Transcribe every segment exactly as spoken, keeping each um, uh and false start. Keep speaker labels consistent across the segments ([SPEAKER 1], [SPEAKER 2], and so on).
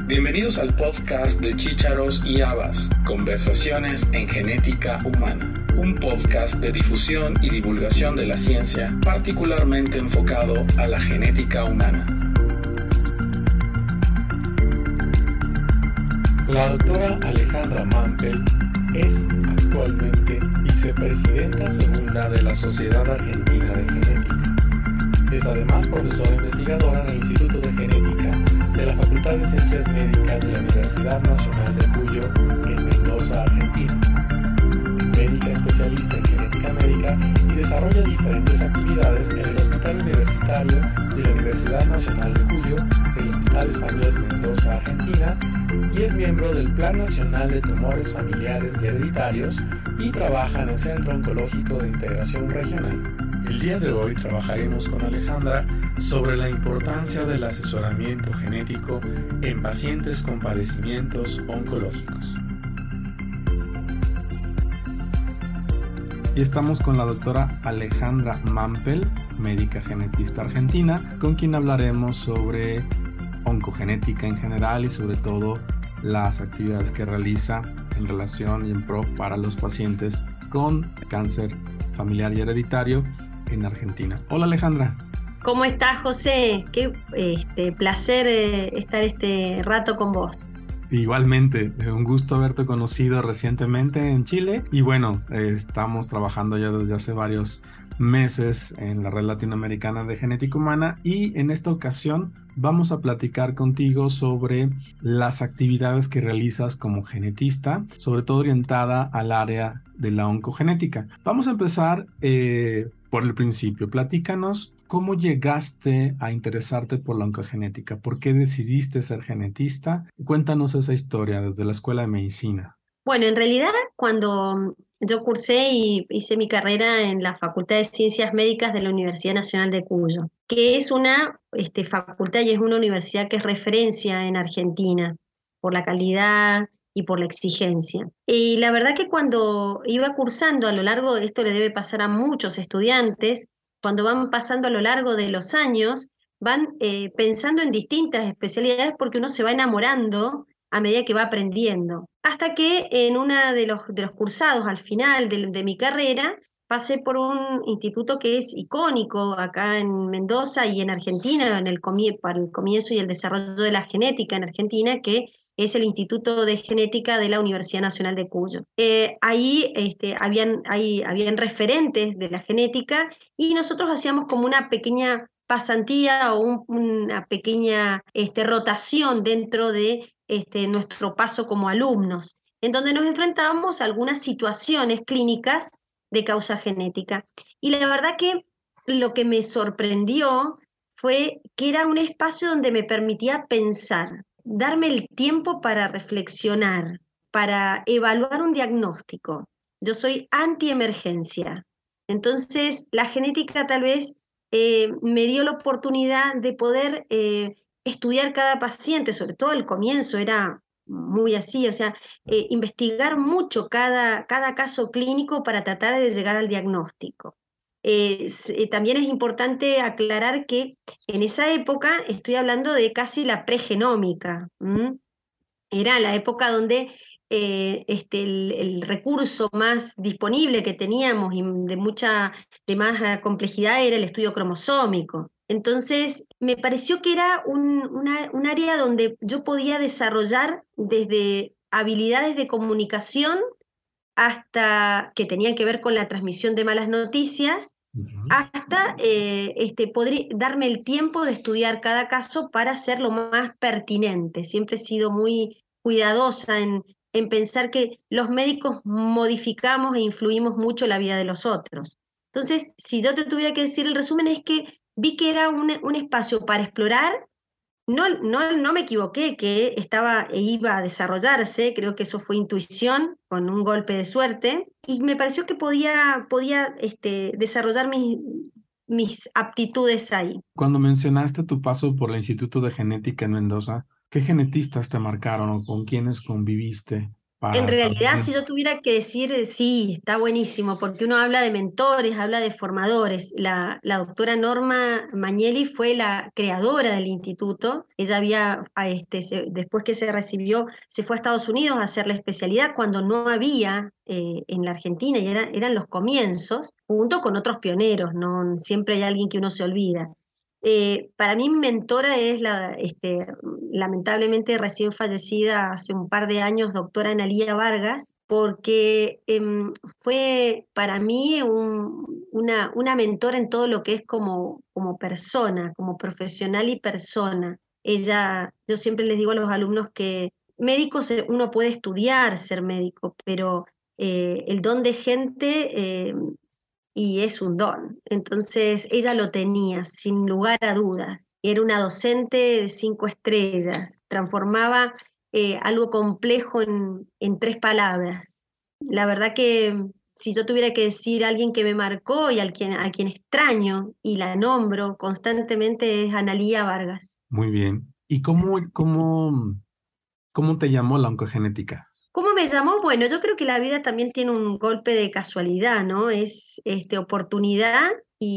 [SPEAKER 1] Bienvenidos al podcast de Chícharos y Habas, Conversaciones en Genética Humana, un podcast de difusión y divulgación de la ciencia, particularmente enfocado a la genética humana. La doctora Alejandra Mampel es actualmente vicepresidenta segunda de la Sociedad Argentina de Genética. Es además profesora investigadora en el Instituto de Genética de la Facultad de Ciencias Médicas de la Universidad Nacional de Cuyo, en Mendoza, Argentina. Es médica especialista en genética médica y desarrolla diferentes actividades en el Hospital Universitario de la Universidad Nacional de Cuyo, el Hospital Español Mendoza, Argentina, y es miembro del Plan Nacional de Tumores Familiares y Hereditarios y trabaja en el Centro Oncológico de Integración Regional. El día de hoy trabajaremos con Alejandra sobre la importancia del asesoramiento genético en pacientes con padecimientos oncológicos. Y estamos con la doctora Alejandra Mampel, médica genetista argentina, con quien hablaremos sobre oncogenética en general y sobre todo las actividades que realiza en relación y en pro para los pacientes con cáncer familiar y hereditario en Argentina. Hola Alejandra.
[SPEAKER 2] ¿Cómo estás, José? Qué este, placer eh, estar este rato con vos.
[SPEAKER 1] Igualmente, un gusto haberte conocido recientemente en Chile y bueno, eh, estamos trabajando ya desde hace varios meses en la Red Latinoamericana de Genética Humana y en esta ocasión vamos a platicar contigo sobre las actividades que realizas como genetista, sobre todo orientada al área de la oncogenética. Vamos a empezar eh, por el principio. Platícanos cómo llegaste a interesarte por la oncogenética, por qué decidiste ser genetista. Cuéntanos esa historia desde la Escuela de Medicina.
[SPEAKER 2] Bueno, en realidad cuando yo cursé y hice mi carrera en la Facultad de Ciencias Médicas de la Universidad Nacional de Cuyo, que es una este, facultad y es una universidad que es referencia en Argentina por la calidad y por la exigencia. Y la verdad que cuando iba cursando a lo largo, esto le debe pasar a muchos estudiantes, cuando van pasando a lo largo de los años, van eh, pensando en distintas especialidades porque uno se va enamorando a medida que va aprendiendo. Hasta que en uno de los, de los cursados, al final de, de mi carrera, pasé por un instituto que es icónico acá en Mendoza y en Argentina, en el comie- para el comienzo y el desarrollo de la genética en Argentina, que es el Instituto de Genética de la Universidad Nacional de Cuyo. Eh, ahí este, habían, ahí, habían referentes de la genética y nosotros hacíamos como una pequeña pasantía o un, una pequeña este, rotación dentro de este, nuestro paso como alumnos, en donde nos enfrentábamos a algunas situaciones clínicas de causa genética. Y la verdad que lo que me sorprendió fue que era un espacio donde me permitía pensar, darme el tiempo para reflexionar, para evaluar un diagnóstico. Yo soy anti-emergencia. Entonces, la genética tal vez eh, me dio la oportunidad de poder eh, estudiar cada paciente, sobre todo al comienzo era muy así, o sea, eh, investigar mucho cada, cada caso clínico para tratar de llegar al diagnóstico. Eh, eh, también es importante aclarar que en esa época estoy hablando de casi la pregenómica. ¿m? Era la época donde eh, este, el, el recurso más disponible que teníamos y de mucha de más eh, complejidad era el estudio cromosómico. Entonces, me pareció que era un, una, un área donde yo podía desarrollar desde habilidades de comunicación hasta que tenían que ver con la transmisión de malas noticias, uh-huh. hasta eh, este, poder darme el tiempo de estudiar cada caso para ser lo más pertinente. Siempre he sido muy cuidadosa en, en pensar que los médicos modificamos e influimos mucho la vida de los otros. Entonces, si yo te tuviera que decir el resumen, es que vi que era un, un espacio para explorar. No, no, no me equivoqué que estaba e iba a desarrollarse, creo que eso fue intuición con un golpe de suerte, y me pareció que podía, podía este, desarrollar mis, mis aptitudes ahí.
[SPEAKER 1] Cuando mencionaste tu paso por el Instituto de Genética en Mendoza, ¿qué genetistas te marcaron o con quiénes conviviste
[SPEAKER 2] En
[SPEAKER 1] para
[SPEAKER 2] realidad, si
[SPEAKER 1] también...
[SPEAKER 2] yo tuviera que decir, eh, sí, está buenísimo, porque uno habla de mentores, habla de formadores. La, la doctora Norma Magnelli fue la creadora del instituto. Ella había, a este, se- después que se recibió, se fue a Estados Unidos a hacer la especialidad cuando no había eh, en la Argentina, y era- eran los comienzos, junto con otros pioneros, ¿no? Siempre hay alguien que uno se olvida. Eh, para mí, mi mentora es la, este, lamentablemente recién fallecida hace un par de años, doctora Analía Vargas, porque em, fue para mí un- una, una mentora en todo lo que es como, como persona, como profesional y persona. Ella, yo siempre les digo a los alumnos que médicos eh, uno puede estudiar ser médico, pero eh, el don de gente eh, y es un don. Entonces ella lo tenía, sin lugar a dudas. Era una docente de cinco estrellas, transformaba eh, algo complejo en, en tres palabras. La verdad que si yo tuviera que decir a alguien que me marcó y al quien, a quien extraño y la nombro constantemente es Analía Vargas.
[SPEAKER 1] Muy bien. ¿Y cómo, cómo, cómo te llamó la oncogenética?
[SPEAKER 2] ¿Cómo me llamó? Bueno, yo creo que la vida también tiene un golpe de casualidad, ¿no? Es este, oportunidad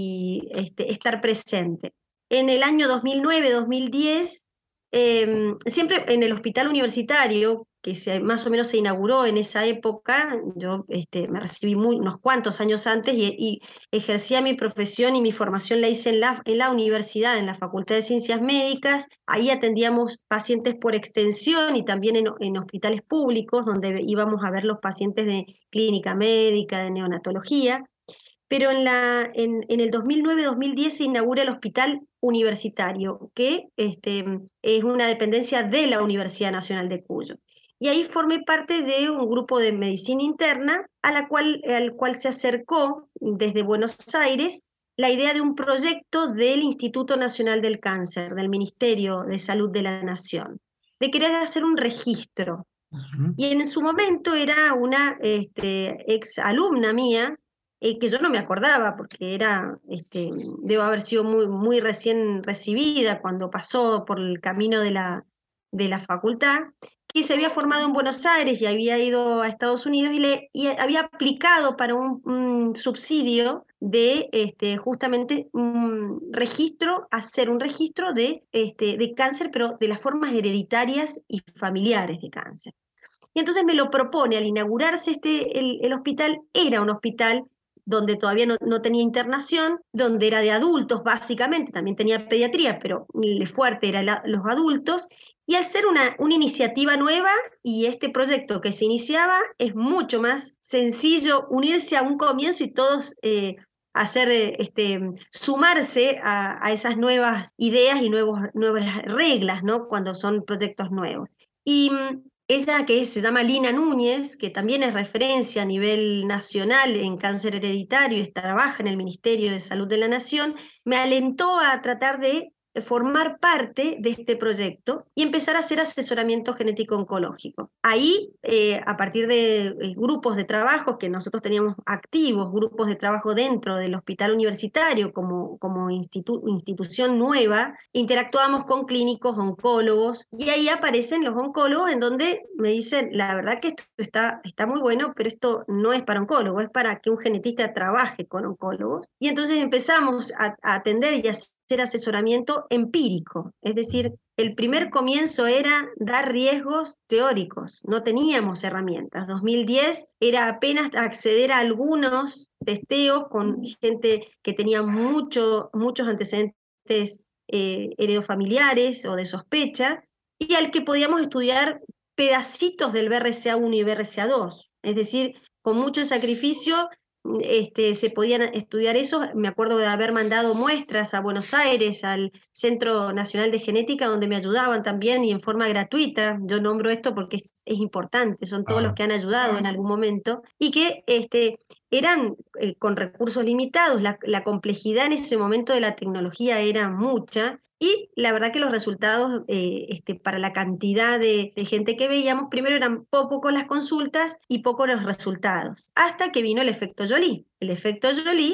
[SPEAKER 2] y este, estar presente. En el año dos mil nueve, dos mil diez, eh, siempre en el hospital universitario, que se, más o menos se inauguró en esa época, yo este, me recibí muy, unos cuantos años antes y, y ejercía mi profesión y mi formación la hice en la, en la universidad, en la Facultad de Ciencias Médicas. Ahí atendíamos pacientes por extensión y también en, en hospitales públicos, donde íbamos a ver los pacientes de clínica médica, de neonatología. Pero en, la, en, en el dos mil nueve, dos mil diez se inaugura el Hospital Universitario, que este, es una dependencia de la Universidad Nacional de Cuyo. Y ahí formé parte de un grupo de medicina interna a la cual, al cual se acercó desde Buenos Aires la idea de un proyecto del Instituto Nacional del Cáncer, del Ministerio de Salud de la Nación, de querer hacer un registro.
[SPEAKER 1] Ujú.
[SPEAKER 2] Y en su momento era una este, ex alumna mía, eh, que yo no me acordaba porque era, este, debo haber sido muy, muy recién recibida cuando pasó por el camino de la, de la facultad, que se había formado en Buenos Aires y había ido a Estados Unidos y, le, y había aplicado para un, un subsidio de este, justamente un registro, hacer un registro de, este, de cáncer, pero de las formas hereditarias y familiares de cáncer. Y entonces me lo propone al inaugurarse este, el, el hospital, era un hospital donde todavía no, no, tenía internación, donde era de adultos básicamente, también tenía pediatría, pero el fuerte era la, los adultos, y al ser una, una iniciativa nueva y este proyecto que se iniciaba, es mucho más sencillo unirse a un comienzo y todos eh, hacer, este, sumarse a, a, esas nuevas ideas y nuevos, nuevas reglas, ¿no? Cuando son proyectos nuevos. Y ella, que se llama Lina Núñez, que también es referencia a nivel nacional en cáncer hereditario y trabaja en el Ministerio de Salud de la Nación, me alentó a tratar de formar parte de este proyecto y empezar a hacer asesoramiento genético oncológico. Ahí, eh, a partir de eh, grupos de trabajo que nosotros teníamos activos, grupos de trabajo dentro del hospital universitario como, como institu institución nueva, interactuamos con clínicos, oncólogos, y ahí aparecen los oncólogos en donde me dicen, la verdad que esto está, está muy bueno, pero esto no es para oncólogos, es para que un genetista trabaje con oncólogos. Y entonces empezamos a, a atender y a hacer asesoramiento empírico, es decir, el primer comienzo era dar riesgos teóricos, no teníamos herramientas. dos mil diez era apenas acceder a algunos testeos con gente que tenía mucho, muchos antecedentes eh, heredofamiliares o de sospecha, y al que podíamos estudiar pedacitos del B R C A uno y B R C A dos, es decir, con mucho sacrificio este, se podían estudiar eso. Me acuerdo de haber mandado muestras a Buenos Aires, al Centro Nacional de Genética, donde me ayudaban también y en forma gratuita. Yo nombro esto porque es, es importante, son todos los
[SPEAKER 1] Ah,
[SPEAKER 2] que han ayudado en algún momento, y que este, eran eh, con recursos limitados. La, la complejidad en ese momento de la tecnología era mucha, y la verdad que los resultados eh, este, para la cantidad de, de gente que veíamos, primero eran poco las consultas y poco los resultados, hasta que vino el efecto Jolie. El efecto Jolie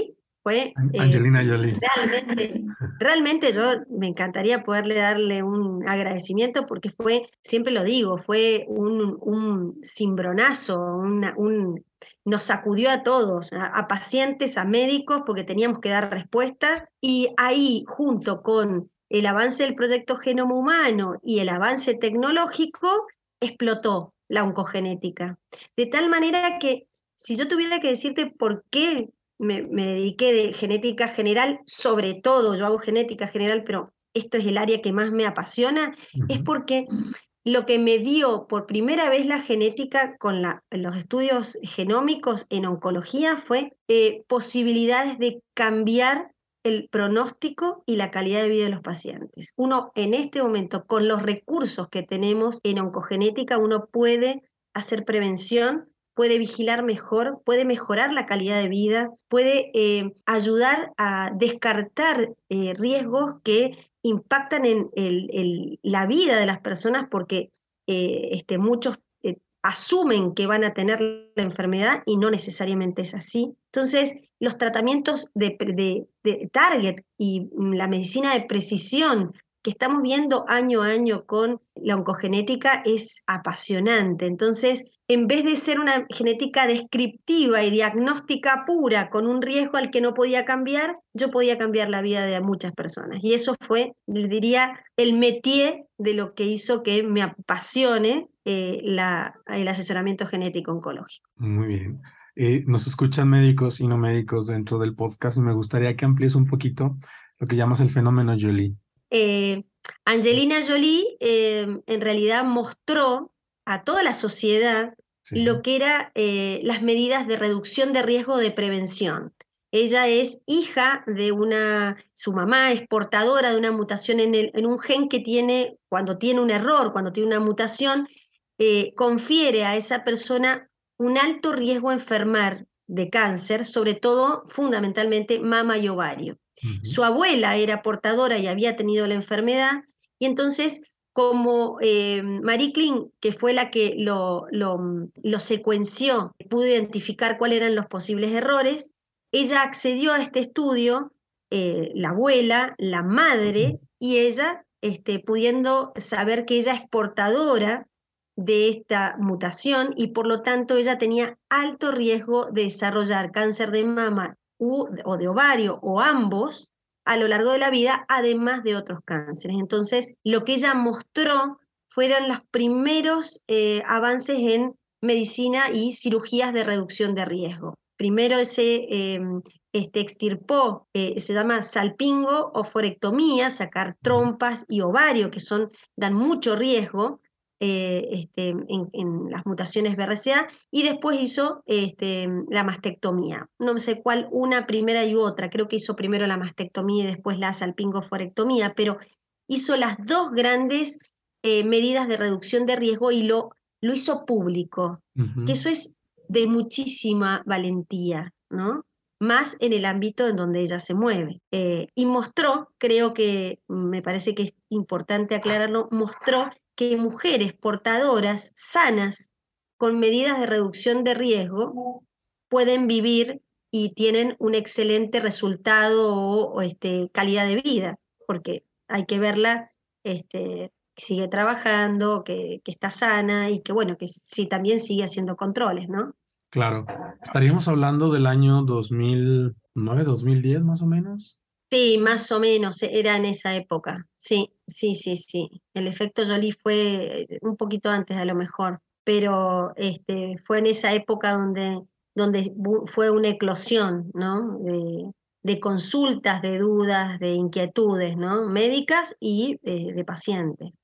[SPEAKER 2] Fue eh,
[SPEAKER 3] Angelina Jolie.
[SPEAKER 2] realmente, realmente yo me encantaría poderle darle un agradecimiento porque fue, siempre lo digo, fue un, un cimbronazo, una- un, nos sacudió a todos, a, a pacientes, a médicos, porque teníamos que dar respuesta y ahí, junto con el avance del proyecto Genoma Humano y el avance tecnológico, explotó la oncogenética. De tal manera que si yo tuviera que decirte por qué me, me dediqué de genética general, sobre todo yo hago genética general, pero esto es el área que más me apasiona, es
[SPEAKER 3] Ujú.
[SPEAKER 2] porque lo que me dio por primera vez la genética con la, los estudios genómicos en oncología fue eh, posibilidades de cambiar el pronóstico y la calidad de vida de los pacientes. Uno en este momento, con los recursos que tenemos en oncogenética, uno puede hacer prevención, puede vigilar mejor, puede mejorar la calidad de vida, puede eh, ayudar a descartar eh, riesgos que impactan en el, el, la vida de las personas porque eh, este, muchos eh, asumen que van a tener la enfermedad y no necesariamente es así. Entonces, los tratamientos de, de, de target y la medicina de precisión que estamos viendo año a año con la oncogenética es apasionante. Entonces, en vez de ser una genética descriptiva y diagnóstica pura con un riesgo al que no podía cambiar, yo podía cambiar la vida de muchas personas. Y eso fue, diría, el métier de lo que hizo que me apasione eh, la, el asesoramiento genético oncológico.
[SPEAKER 3] Muy bien. Eh, nos escuchan médicos y no médicos dentro del podcast y me gustaría que amplíes un poquito lo que llamas el fenómeno Jolie.
[SPEAKER 2] Eh, Angelina Jolie eh, en realidad mostró a toda la sociedad
[SPEAKER 3] Sí.
[SPEAKER 2] lo que eran eh, las medidas de reducción de riesgo de prevención. Ella es hija de una, su mamá es portadora de una mutación en, el, en un gen que tiene, cuando tiene un error, cuando tiene una mutación, eh, confiere a esa persona un alto riesgo a enfermar de cáncer, sobre todo, fundamentalmente, mama y ovario.
[SPEAKER 3] Uh-huh.
[SPEAKER 2] Su abuela era portadora y había tenido la enfermedad, y entonces, como eh, Marie Klin, que fue la que lo, lo, lo secuenció, pudo identificar cuáles eran los posibles errores, ella accedió a este estudio, eh, la abuela, la madre, y ella, este, pudiendo saber que ella es portadora de esta mutación y por lo tanto ella tenía alto riesgo de desarrollar cáncer de mama u, o de ovario o ambos a lo largo de la vida, además de otros cánceres. Entonces, lo que ella mostró fueron los primeros eh, avances en medicina y cirugías de reducción de riesgo. Primero se eh, este, extirpó, eh, se llama salpingo o forectomía, sacar trompas y ovario, que son, dan mucho riesgo, Eh, este, en, en las mutaciones B R C A, y después hizo este, la mastectomía. No sé cuál, una primera y otra, creo que hizo primero la mastectomía y después la salpingoforectomía, pero hizo las dos grandes eh, medidas de reducción de riesgo y lo, lo hizo público,
[SPEAKER 3] Uh-huh.
[SPEAKER 2] que eso es de muchísima valentía, ¿no? Más en el ámbito en donde ella se mueve. Eh, y mostró, creo que me parece que es importante aclararlo, mostró que mujeres portadoras sanas con medidas de reducción de riesgo pueden vivir y tienen un excelente resultado o, o este, calidad de vida, porque hay que verla este, que sigue trabajando, que, que está sana y que bueno, que sí también sigue haciendo controles, ¿no?
[SPEAKER 3] Claro. Estaríamos hablando del año dos mil nueve, dos mil diez más o menos.
[SPEAKER 2] Sí, más o menos era en esa época. Sí, sí, sí, sí. El efecto Jolie fue eh, un poquito antes a lo mejor, pero este, fue en esa época donde, donde bu- fue una eclosión, ¿no? De, de consultas, de dudas, de inquietudes, ¿no? Médicas y eh, de pacientes.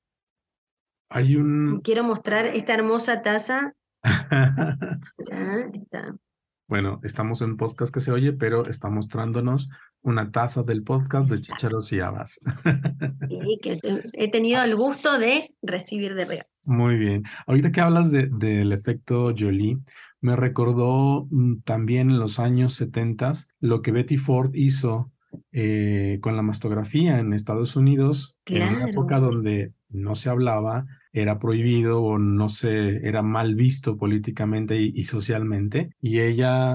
[SPEAKER 3] Hay un...
[SPEAKER 2] Quiero mostrar esta hermosa taza. Ah, está.
[SPEAKER 3] Bueno, estamos en un podcast que se oye, pero está mostrándonos una taza del podcast de
[SPEAKER 2] Exacto.
[SPEAKER 3] Chícharos y Habas.
[SPEAKER 2] Sí, que te- he tenido el gusto de recibir de regalo.
[SPEAKER 3] Muy bien. Ahorita que hablas de, del efecto Jolie, me recordó mm, también en los años setenta lo que Betty Ford hizo eh, con la mastografía en Estados Unidos, en una época
[SPEAKER 2] Claro.
[SPEAKER 3] donde no se hablaba, era prohibido o no se, era mal visto políticamente y, y socialmente, y ella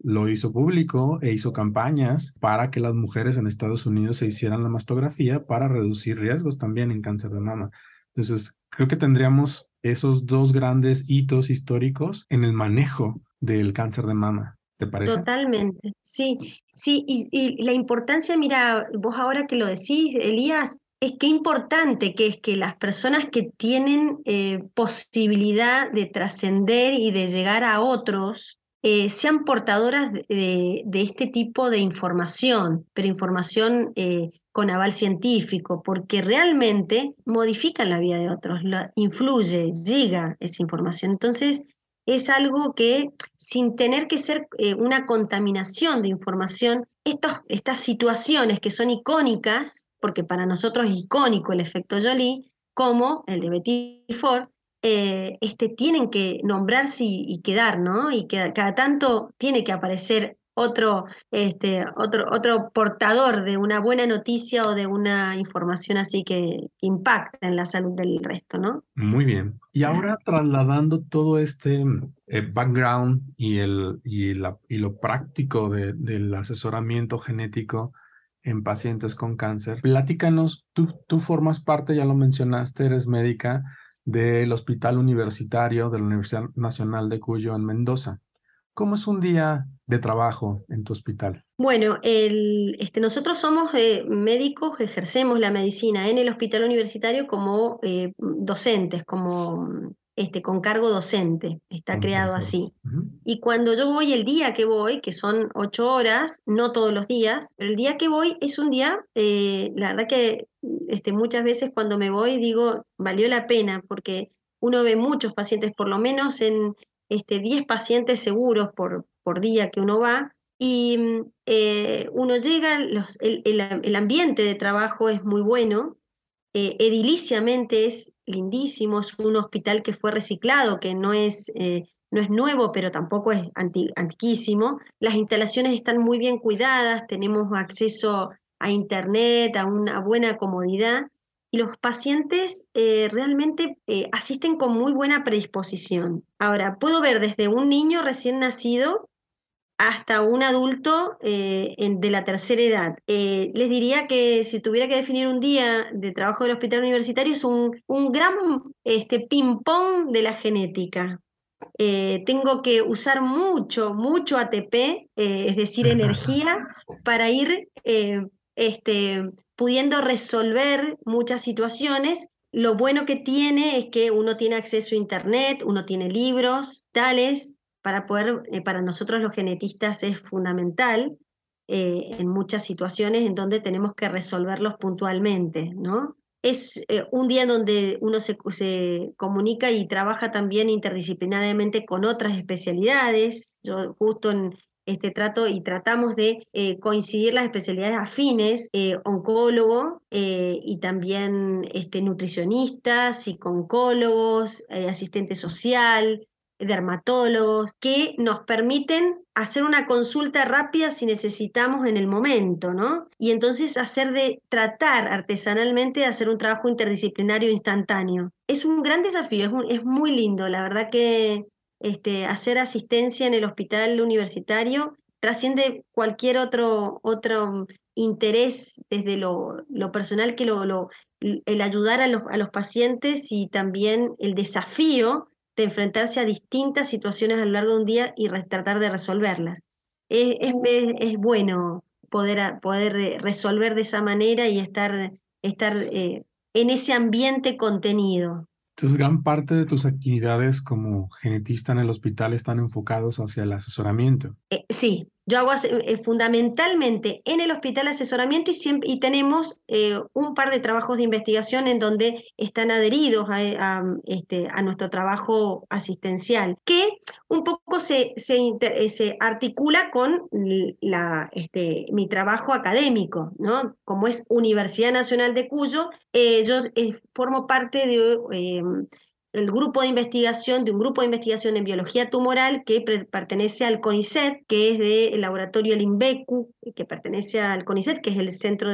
[SPEAKER 3] lo hizo público e hizo campañas para que las mujeres en Estados Unidos se hicieran la mastografía para reducir riesgos también en cáncer de mama. Entonces, creo que tendríamos esos dos grandes hitos históricos en el manejo del cáncer de mama. ¿Te parece?
[SPEAKER 2] Totalmente, sí, sí, y, y la importancia, mira, vos ahora que lo decís, Elías, es qué importante que es que las personas que tienen eh, posibilidad de trascender y de llegar a otros eh, sean portadoras de, de- de este tipo de información, pero información eh, con aval científico, porque realmente modifican la vida de otros, la, influye, llega esa información. Entonces, es algo que sin tener que ser eh, una contaminación de información, estos- estas situaciones que son icónicas, porque para nosotros es icónico el efecto Jolie, como el de Betty Ford, eh, este, tienen que nombrarse y, y quedar, ¿no? Y que cada tanto tiene que aparecer otro, este, otro, otro portador de una buena noticia o de una información así que, que impacta en la salud del resto, ¿no?
[SPEAKER 3] Muy bien. Y ahora trasladando todo este eh, background y, el, y, la, y lo práctico de- del asesoramiento genético en pacientes con cáncer, platícanos, tú, tú formas parte, ya lo mencionaste, eres médica del Hospital Universitario de la Universidad Nacional de Cuyo en Mendoza. ¿Cómo es un día de trabajo en tu hospital?
[SPEAKER 2] Bueno, el, este, nosotros somos eh, médicos, ejercemos la medicina en el hospital universitario como eh, docentes, como mm, este, con cargo docente, está
[SPEAKER 3] Como
[SPEAKER 2] creado
[SPEAKER 3] profesor.
[SPEAKER 2] así.
[SPEAKER 3] Ujú.
[SPEAKER 2] Y cuando yo voy, el día que voy, que son ocho horas, no todos los días, pero el día que voy es un día, eh, la verdad que este, muchas veces cuando me voy digo, valió la pena, porque uno ve muchos pacientes, por lo menos en este, diez pacientes seguros por, por día que uno va y mm, eh, uno llega, los- el, el- el ambiente de trabajo es muy bueno, eh, ediliciamente es lindísimo, es un hospital que fue reciclado, que no es, eh, no es nuevo, pero tampoco es anti- antiquísimo. Las instalaciones están muy bien cuidadas, tenemos acceso a internet, a una buena comodidad. Y los pacientes eh, realmente eh, asisten con muy buena predisposición. Ahora, puedo ver desde un niño recién nacido hasta un adulto eh, en- de la tercera edad. Eh, les diría que si tuviera que definir un día de trabajo del hospital universitario es un, un gran este, ping-pong de la genética. Eh, tengo que usar mucho, mucho A T P, eh, es decir, energía, para ir eh, este, pudiendo resolver muchas situaciones. Lo bueno que tiene es que uno tiene acceso a Internet, uno tiene libros, tales, para poder, eh, para nosotros los genetistas es fundamental eh, en muchas situaciones en donde tenemos que resolverlos puntualmente, ¿no? Es eh, un día en donde uno se, se comunica y trabaja también interdisciplinariamente con otras especialidades. Yo justo en este trato y tratamos de eh, coincidir las especialidades afines, eh, oncólogo eh, y también este, nutricionistas, psicooncólogos, eh, asistente social, dermatólogos, que nos permiten hacer una consulta rápida si necesitamos en el momento, ¿no? Y entonces hacer de, tratar artesanalmente de hacer un trabajo interdisciplinario instantáneo. Es un gran desafío, es, un- es muy lindo, la verdad que este, hacer asistencia en el hospital universitario trasciende cualquier otro, otro interés desde lo, lo personal que lo, lo- el ayudar a los, a los pacientes y también el desafío de enfrentarse a distintas situaciones a lo largo de un día y re- tratar de resolverlas. Es, es- es- es bueno poder, a- poder eh, resolver de esa manera y estar, estar eh, en ese ambiente contenido.
[SPEAKER 3] Entonces, gran parte de tus actividades como genetista en el hospital están enfocados hacia el asesoramiento.
[SPEAKER 2] Eh, sí, yo hago ase- eh, fundamentalmente en el hospital asesoramiento y, siempre, y tenemos eh, un par de trabajos de investigación en donde están adheridos a, a, este, a nuestro trabajo asistencial, que un poco se, se, inter- eh, se articula con l- la, este, mi trabajo académico, ¿no? Como es Universidad Nacional de Cuyo, eh, yo eh, formo parte de... eh, el grupo de investigación, de un grupo de investigación en biología tumoral que pre- pertenece al CONICET, que es del laboratorio el INVECU, que pertenece al CONICET, que es el Centro de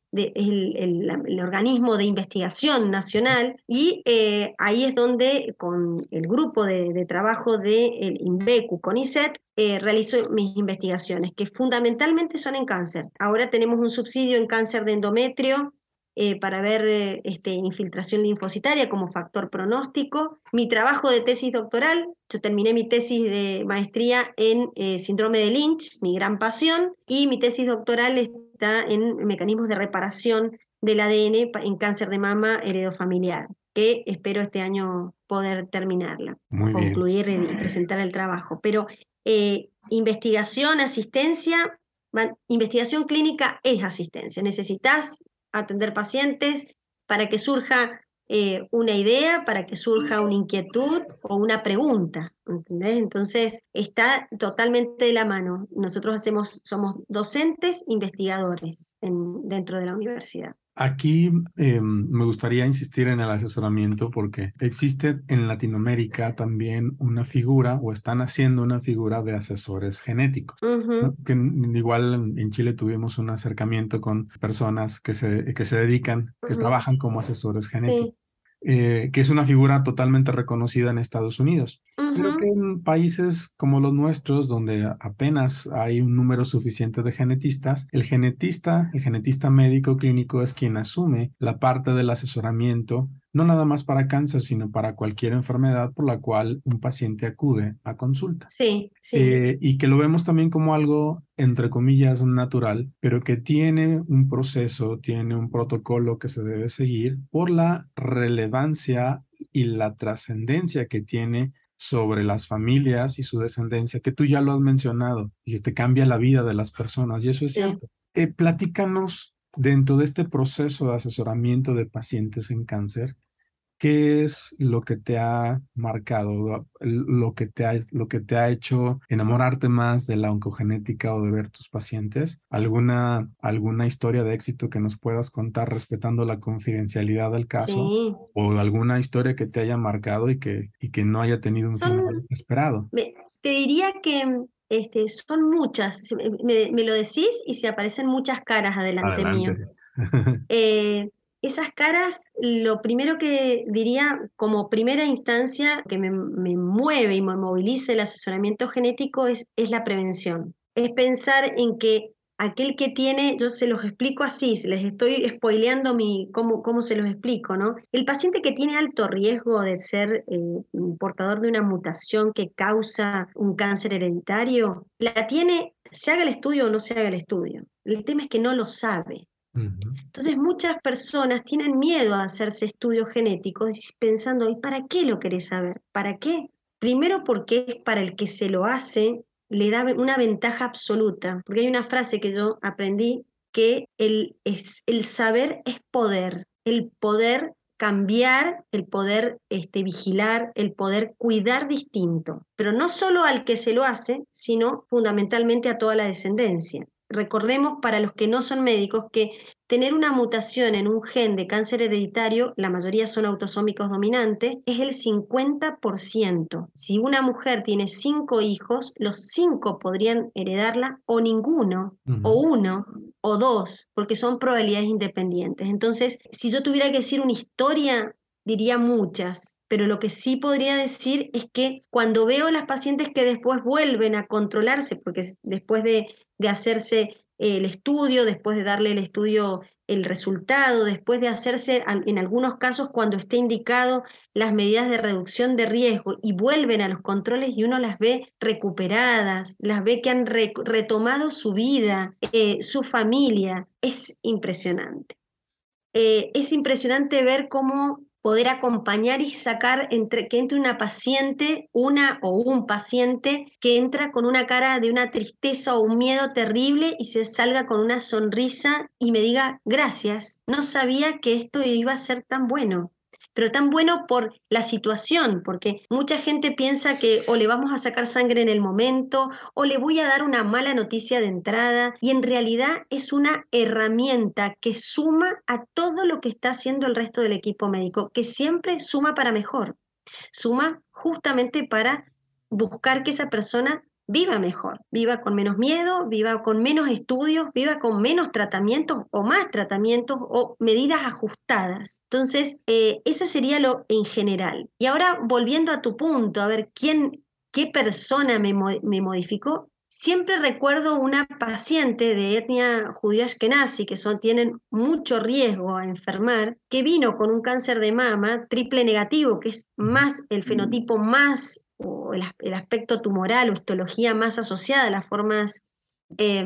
[SPEAKER 2] de, el, el, el organismo de investigación nacional, y eh, ahí es donde con el grupo de, de trabajo del INVECU, CONICET, eh, realizo mis investigaciones, que fundamentalmente son en cáncer. Ahora tenemos un subsidio en cáncer de endometrio, Eh, para ver eh, este, infiltración linfocitaria como factor pronóstico. Mi trabajo de tesis doctoral, yo terminé mi tesis de maestría en eh, síndrome de Lynch, mi gran pasión, y mi tesis doctoral está en mecanismos de reparación del A D N en cáncer de mama heredofamiliar, que espero este año poder terminarla,
[SPEAKER 3] Muy bien.
[SPEAKER 2] concluir y presentar el trabajo. Pero eh, investigación, asistencia, investigación clínica es asistencia. Necesitas atender pacientes para que surja eh, una idea, para que surja una inquietud o una pregunta, ¿entendés? Entonces está totalmente de la mano. Nosotros hacemos, somos docentes, investigadores en, dentro de la universidad.
[SPEAKER 3] Aquí eh, me gustaría insistir en el asesoramiento porque existe en Latinoamérica también una figura, o están haciendo una figura de asesores genéticos,
[SPEAKER 2] Uh-huh.
[SPEAKER 3] ¿no? Que igual en, en Chile tuvimos un acercamiento con personas que se, que se dedican, que
[SPEAKER 2] Uh-huh.
[SPEAKER 3] trabajan como asesores genéticos.
[SPEAKER 2] Sí.
[SPEAKER 3] Eh, que es una figura totalmente reconocida en Estados Unidos,
[SPEAKER 2] Uh-huh.
[SPEAKER 3] pero que en países como los nuestros, donde apenas hay un número suficiente de genetistas, el genetista, el genetista médico clínico es quien asume la parte del asesoramiento, no nada más para cáncer, sino para cualquier enfermedad por la cual un paciente acude a consulta.
[SPEAKER 2] Sí, sí.
[SPEAKER 3] Eh, y que lo vemos también como algo, entre comillas, natural, pero que tiene un proceso, tiene un protocolo que se debe seguir por la relevancia y la trascendencia que tiene sobre las familias y su descendencia, que tú ya lo has mencionado, y te cambia la vida de las personas, y eso es
[SPEAKER 2] Sí.
[SPEAKER 3] cierto. Eh, platícanos dentro de este proceso de asesoramiento de pacientes en cáncer, ¿qué es lo que te ha marcado, lo que te ha, lo que te ha hecho enamorarte más de la oncogenética o de ver tus pacientes? ¿Alguna, alguna historia de éxito que nos puedas contar respetando la confidencialidad del caso?
[SPEAKER 2] Sí.
[SPEAKER 3] ¿O alguna historia que te haya marcado y que, y que no haya tenido un
[SPEAKER 2] Son,
[SPEAKER 3] final esperado?
[SPEAKER 2] me, te diría que este, son muchas. Me, me lo decís y se aparecen muchas caras adelante mío.
[SPEAKER 3] Adelante.
[SPEAKER 2] Eh, esas caras, lo primero que diría como primera instancia que me, me mueve y me moviliza el asesoramiento genético es, es la prevención. Es pensar en que aquel que tiene, yo se los explico así, se les estoy spoileando mi, cómo, cómo se los explico, ¿no? El paciente que tiene alto riesgo de ser eh, portador de una mutación que causa un cáncer hereditario, la tiene, se haga el estudio o no se haga el estudio. El tema es que no lo sabe. Entonces muchas personas tienen miedo a hacerse estudios genéticos pensando, ¿y para qué lo querés saber? ¿Para qué? Primero porque es para el que se lo hace, le da una ventaja absoluta, porque hay una frase que yo aprendí que el, es, el saber es poder, el poder cambiar, el poder este, vigilar, el poder cuidar distinto, pero no solo al que se lo hace, sino fundamentalmente a toda la descendencia. Recordemos para los que no son médicos que tener una mutación en un gen de cáncer hereditario, la mayoría son autosómicos dominantes, es el cincuenta por ciento. Si una mujer tiene cinco hijos, los cinco podrían heredarla o ninguno, uh-huh. o uno, o dos, porque son probabilidades independientes. Entonces, si yo tuviera que decir una historia, diría muchas. Pero lo que sí podría decir es que cuando veo a las pacientes que después vuelven a controlarse, porque después de, de hacerse el estudio, después de darle el estudio el resultado, después de hacerse en algunos casos cuando esté indicado las medidas de reducción de riesgo y vuelven a los controles y uno las ve recuperadas, las ve que han re retomado su vida, eh, su familia, es impresionante. Eh, es impresionante ver cómo poder acompañar y sacar entre, que entre una paciente, una o un paciente que entra con una cara de una tristeza o un miedo terrible y se salga con una sonrisa y me diga gracias, no sabía que esto iba a ser tan bueno. Pero tan bueno por la situación, porque mucha gente piensa que o le vamos a sacar sangre en el momento o le voy a dar una mala noticia de entrada, y en realidad es una herramienta que suma a todo lo que está haciendo el resto del equipo médico, que siempre suma para mejor, suma justamente para buscar que esa persona viva mejor, viva con menos miedo, viva con menos estudios, viva con menos tratamientos o más tratamientos o medidas ajustadas. Entonces, eh, eso sería lo en general. Y ahora, volviendo a tu punto, a ver, ¿quién, qué persona me, me modificó? Siempre recuerdo una paciente de etnia judío ashkenazi, que son, tienen mucho riesgo a enfermar, que vino con un cáncer de mama triple negativo, que es más el fenotipo más, o el, el aspecto tumoral o histología más asociada a las formas eh,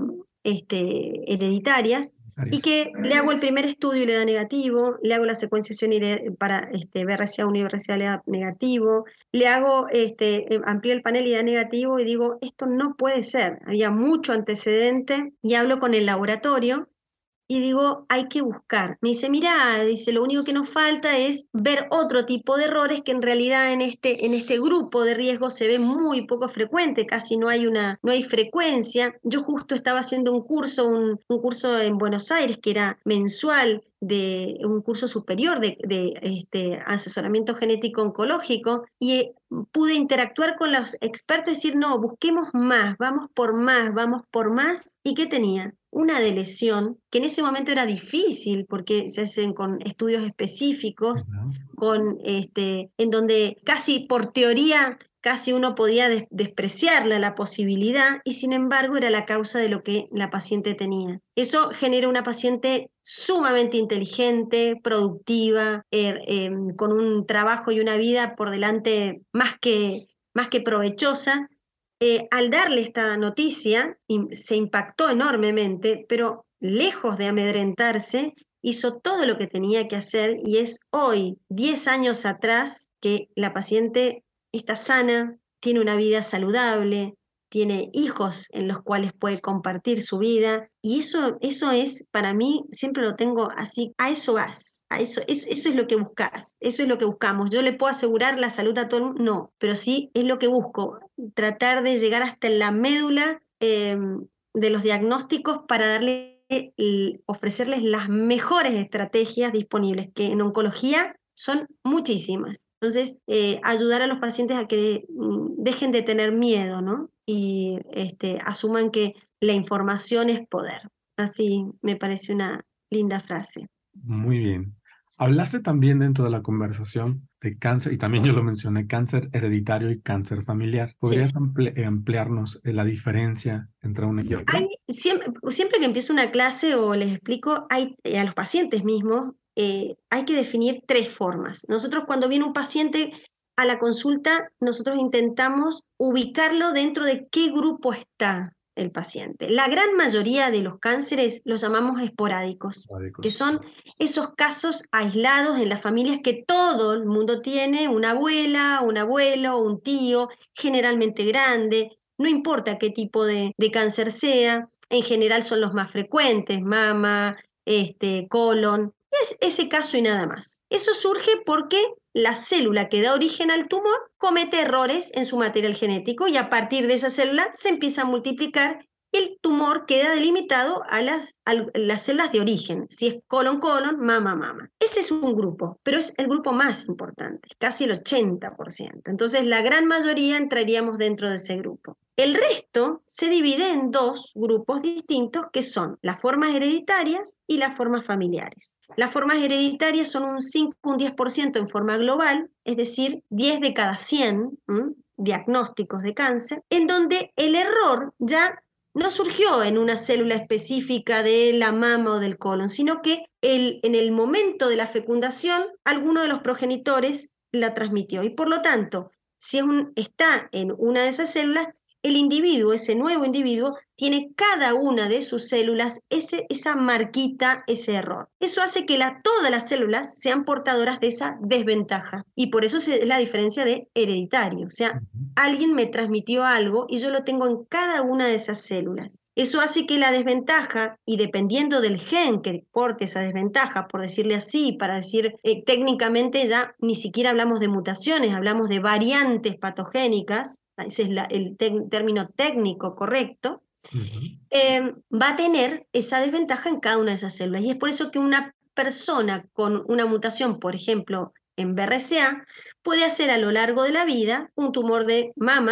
[SPEAKER 2] este, hereditarias, y que le hago el primer estudio y le da negativo, le hago la secuenciación y le, para este, B R C A uno y B R C A le da negativo, le hago, este, amplío el panel y da negativo, y digo, esto no puede ser, había mucho antecedente, y hablo con el laboratorio, y digo, hay que buscar. Me dice, mira, dice, lo único que nos falta es ver otro tipo de errores que en realidad en este, en este grupo de riesgo se ve muy poco frecuente, casi no hay una, no hay frecuencia. Yo justo estaba haciendo un curso, un, un curso en Buenos Aires que era mensual, de un curso superior de, de este, asesoramiento genético oncológico, y eh, pude interactuar con los expertos y decir, no, busquemos más, vamos por más, vamos por más. ¿Y qué tenía? Una de lesión, que en ese momento era difícil porque se hacen con estudios específicos, uh-huh. con, este, en donde casi por teoría casi uno podía des- despreciarla la posibilidad, y sin embargo era la causa de lo que la paciente tenía. Eso genera una paciente sumamente inteligente, productiva, eh, eh, con un trabajo y una vida por delante más que, más que provechosa. Eh, al darle esta noticia, se impactó enormemente, pero lejos de amedrentarse, hizo todo lo que tenía que hacer, y es hoy, diez años atrás, que la paciente está sana, tiene una vida saludable, tiene hijos en los cuales puede compartir su vida, y eso, eso es, para mí, siempre lo tengo así, a eso vas, a eso, eso, eso es lo que buscas, eso es lo que buscamos. Yo le puedo asegurar la salud a todo el mundo, no, pero sí es lo que busco, tratar de llegar hasta la médula eh, de los diagnósticos para darle, el, ofrecerles las mejores estrategias disponibles, que en oncología son muchísimas. Entonces, eh, ayudar a los pacientes a que mm, dejen de tener miedo, ¿no? Y este, asuman que la información es poder. Así me parece una linda frase.
[SPEAKER 3] Muy bien. Hablaste también dentro de la conversación de cáncer, y también yo lo mencioné, cáncer hereditario y cáncer familiar. ¿Podrías sí. ampli- ampliarnos la diferencia entre uno y otro?
[SPEAKER 2] Hay, siempre, siempre que empiezo una clase o les explico, hay, a los pacientes mismos, eh, hay que definir tres formas. Nosotros, cuando viene un paciente a la consulta, nosotros intentamos ubicarlo dentro de qué grupo está el paciente. La gran mayoría de los cánceres los llamamos esporádicos, esporádicos, que son esos casos aislados en las familias que todo el mundo tiene, una abuela, un abuelo, un tío, generalmente grande, no importa qué tipo de, de cáncer sea, en general son los más frecuentes, mama, este, colon, es ese caso y nada más. Eso surge porque la célula que da origen al tumor comete errores en su material genético, y a partir de esa célula se empieza a multiplicar y el tumor queda delimitado a las, a las células de origen, si es colon, colon, mama, mama. Ese es un grupo, pero es el grupo más importante, casi el ochenta por ciento. Entonces la gran mayoría entraríamos dentro de ese grupo. El resto se divide en dos grupos distintos, que son las formas hereditarias y las formas familiares. Las formas hereditarias son un cinco o un diez por ciento en forma global, es decir, diez de cada cien ¿m? diagnósticos de cáncer, en donde el error ya no surgió en una célula específica de la mama o del colon, sino que el, en el momento de la fecundación, alguno de los progenitores la transmitió. Y por lo tanto, si es un, está en una de esas células, el individuo, ese nuevo individuo, tiene cada una de sus células ese, esa marquita, ese error. Eso hace que la, todas las células sean portadoras de esa desventaja. Y por eso es la diferencia de hereditario. O sea, uh-huh. alguien me transmitió algo y yo lo tengo en cada una de esas células. Eso hace que la desventaja, y dependiendo del gen que porte esa desventaja, por decirle así, para decir eh, técnicamente ya ni siquiera hablamos de mutaciones, hablamos de variantes patogénicas, ese es la, el te- término técnico correcto, uh-huh. eh, va a tener esa desventaja en cada una de esas células. Y es por eso que una persona con una mutación, por ejemplo, en B R C A, puede hacer a lo largo de la vida un tumor de mama,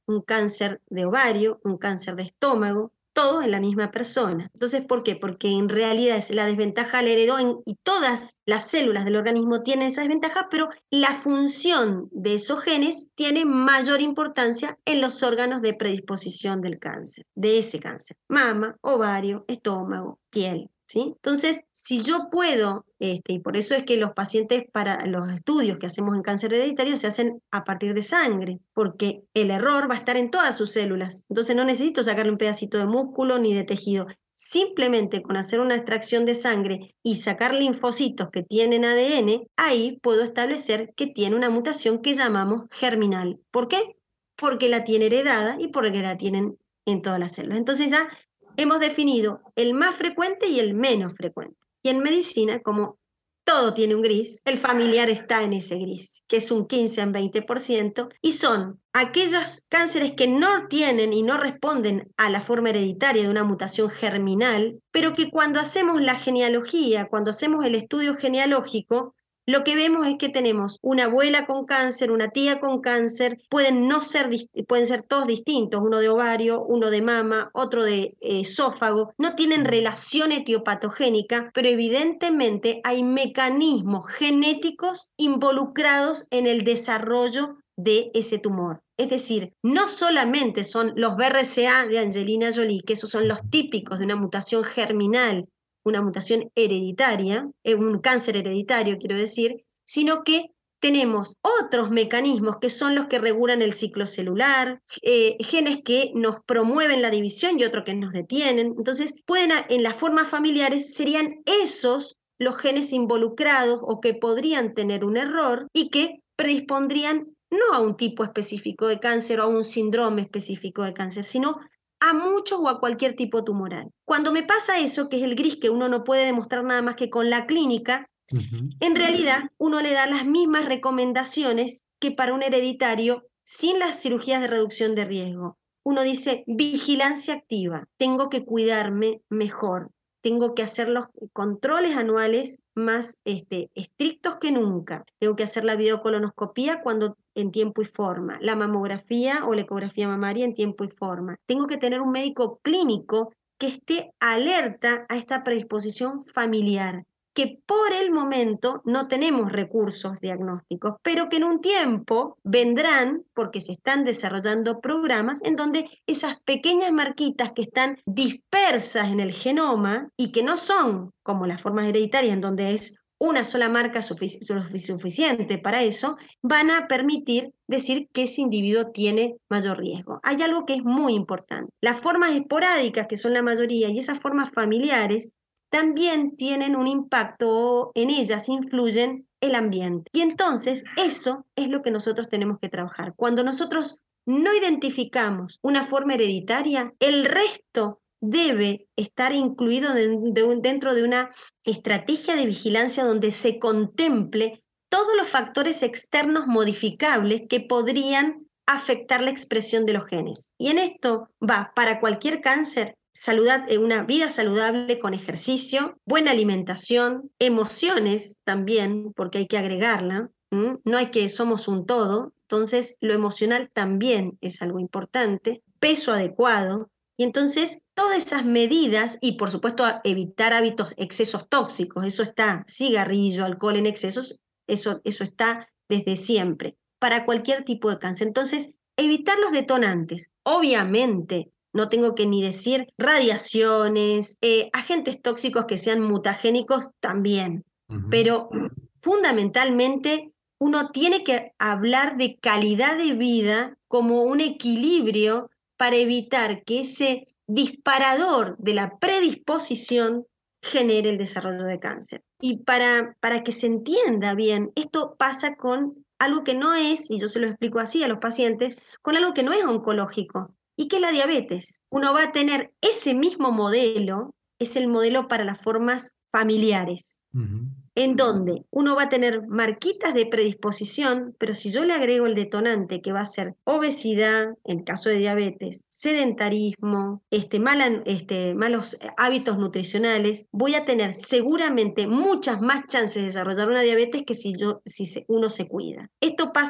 [SPEAKER 2] un cáncer de ovario, un cáncer de estómago, todo en la misma persona. Entonces, ¿por qué? Porque en realidad es la desventaja la heredó en, y todas las células del organismo tienen esa desventaja, pero la función de esos genes tiene mayor importancia en los órganos de predisposición del cáncer, de ese cáncer. Mama, ovario, estómago, piel. ¿Sí? Entonces, si yo puedo, este, y por eso es que los pacientes para los estudios que hacemos en cáncer hereditario se hacen a partir de sangre, porque el error va a estar en todas sus células. Entonces no necesito sacarle un pedacito de músculo ni de tejido. Simplemente con hacer una extracción de sangre y sacar linfocitos que tienen A D N, ahí puedo establecer que tiene una mutación que llamamos germinal. ¿Por qué? Porque la tiene heredada y porque la tienen en todas las células. Entonces ya hemos definido el más frecuente y el menos frecuente. Y en medicina, como todo tiene un gris, el familiar está en ese gris, que es un quince a veinte por ciento, y son aquellos cánceres que no tienen y no responden a la forma hereditaria de una mutación germinal, pero que cuando hacemos la genealogía, cuando hacemos el estudio genealógico, lo que vemos es que tenemos una abuela con cáncer, una tía con cáncer, pueden, no ser, pueden ser todos distintos, uno de ovario, uno de mama, otro de eh, esófago, no tienen relación etiopatogénica, pero evidentemente hay mecanismos genéticos involucrados en el desarrollo de ese tumor. Es decir, no solamente son los B R C A de Angelina Jolie, que esos son los típicos de una mutación germinal, una mutación hereditaria, un cáncer hereditario quiero decir, sino que tenemos otros mecanismos que son los que regulan el ciclo celular, eh, genes que nos promueven la división y otros que nos detienen. Entonces, pueden, en las formas familiares serían esos los genes involucrados o que podrían tener un error y que predispondrían no a un tipo específico de cáncer o a un síndrome específico de cáncer, sino a muchos o a cualquier tipo tumoral. Cuando me pasa eso, que es el gris, que uno no puede demostrar nada más que con la clínica, uh-huh. En realidad uno le da las mismas recomendaciones que para un hereditario sin las cirugías de reducción de riesgo. Uno dice vigilancia activa, tengo que cuidarme mejor, tengo que hacer los controles anuales más este, estrictos que nunca, tengo que hacer la videocolonoscopía cuando en tiempo y forma, la mamografía o la ecografía mamaria en tiempo y forma. Tengo que tener un médico clínico que esté alerta a esta predisposición familiar, que por el momento no tenemos recursos diagnósticos, pero que en un tiempo vendrán porque se están desarrollando programas en donde esas pequeñas marquitas que están dispersas en el genoma y que no son como las formas hereditarias en donde es una sola marca sufic- suficiente para eso, van a permitir decir que ese individuo tiene mayor riesgo. Hay algo que es muy importante. Las formas esporádicas, que son la mayoría, y esas formas familiares, también tienen un impacto, en ellas influyen el ambiente. Y entonces eso es lo que nosotros tenemos que trabajar. Cuando nosotros no identificamos una forma hereditaria, el resto debe estar incluido de, de un, dentro de una estrategia de vigilancia donde se contemple todos los factores externos modificables que podrían afectar la expresión de los genes. Y en esto va para cualquier cáncer, saludad, una vida saludable con ejercicio, buena alimentación, emociones también, porque hay que agregarla, ¿m? No hay que, somos un todo, entonces lo emocional también es algo importante, peso adecuado. Y entonces todas esas medidas, y por supuesto evitar hábitos, excesos tóxicos, eso está, cigarrillo, alcohol en excesos, eso, eso está desde siempre, para cualquier tipo de cáncer. Entonces, evitar los detonantes. Obviamente, no tengo que ni decir radiaciones, eh, agentes tóxicos que sean mutagénicos también, uh-huh. Pero fundamentalmente uno tiene que hablar de calidad de vida como un equilibrio para evitar que ese disparador de la predisposición genere el desarrollo de cáncer. Y para, para que se entienda bien, esto pasa con algo que no es, y yo se lo explico así a los pacientes, con algo que no es oncológico, y que es la diabetes. Uno va a tener ese mismo modelo, es el modelo para las formas familiares, uh-huh. En donde uno va a tener marquitas de predisposición, pero si yo le agrego el detonante que va a ser obesidad, en caso de diabetes, sedentarismo, este, mala, este, malos hábitos nutricionales, voy a tener seguramente muchas más chances de desarrollar una diabetes que si, yo, si se, uno se cuida. Esto pasa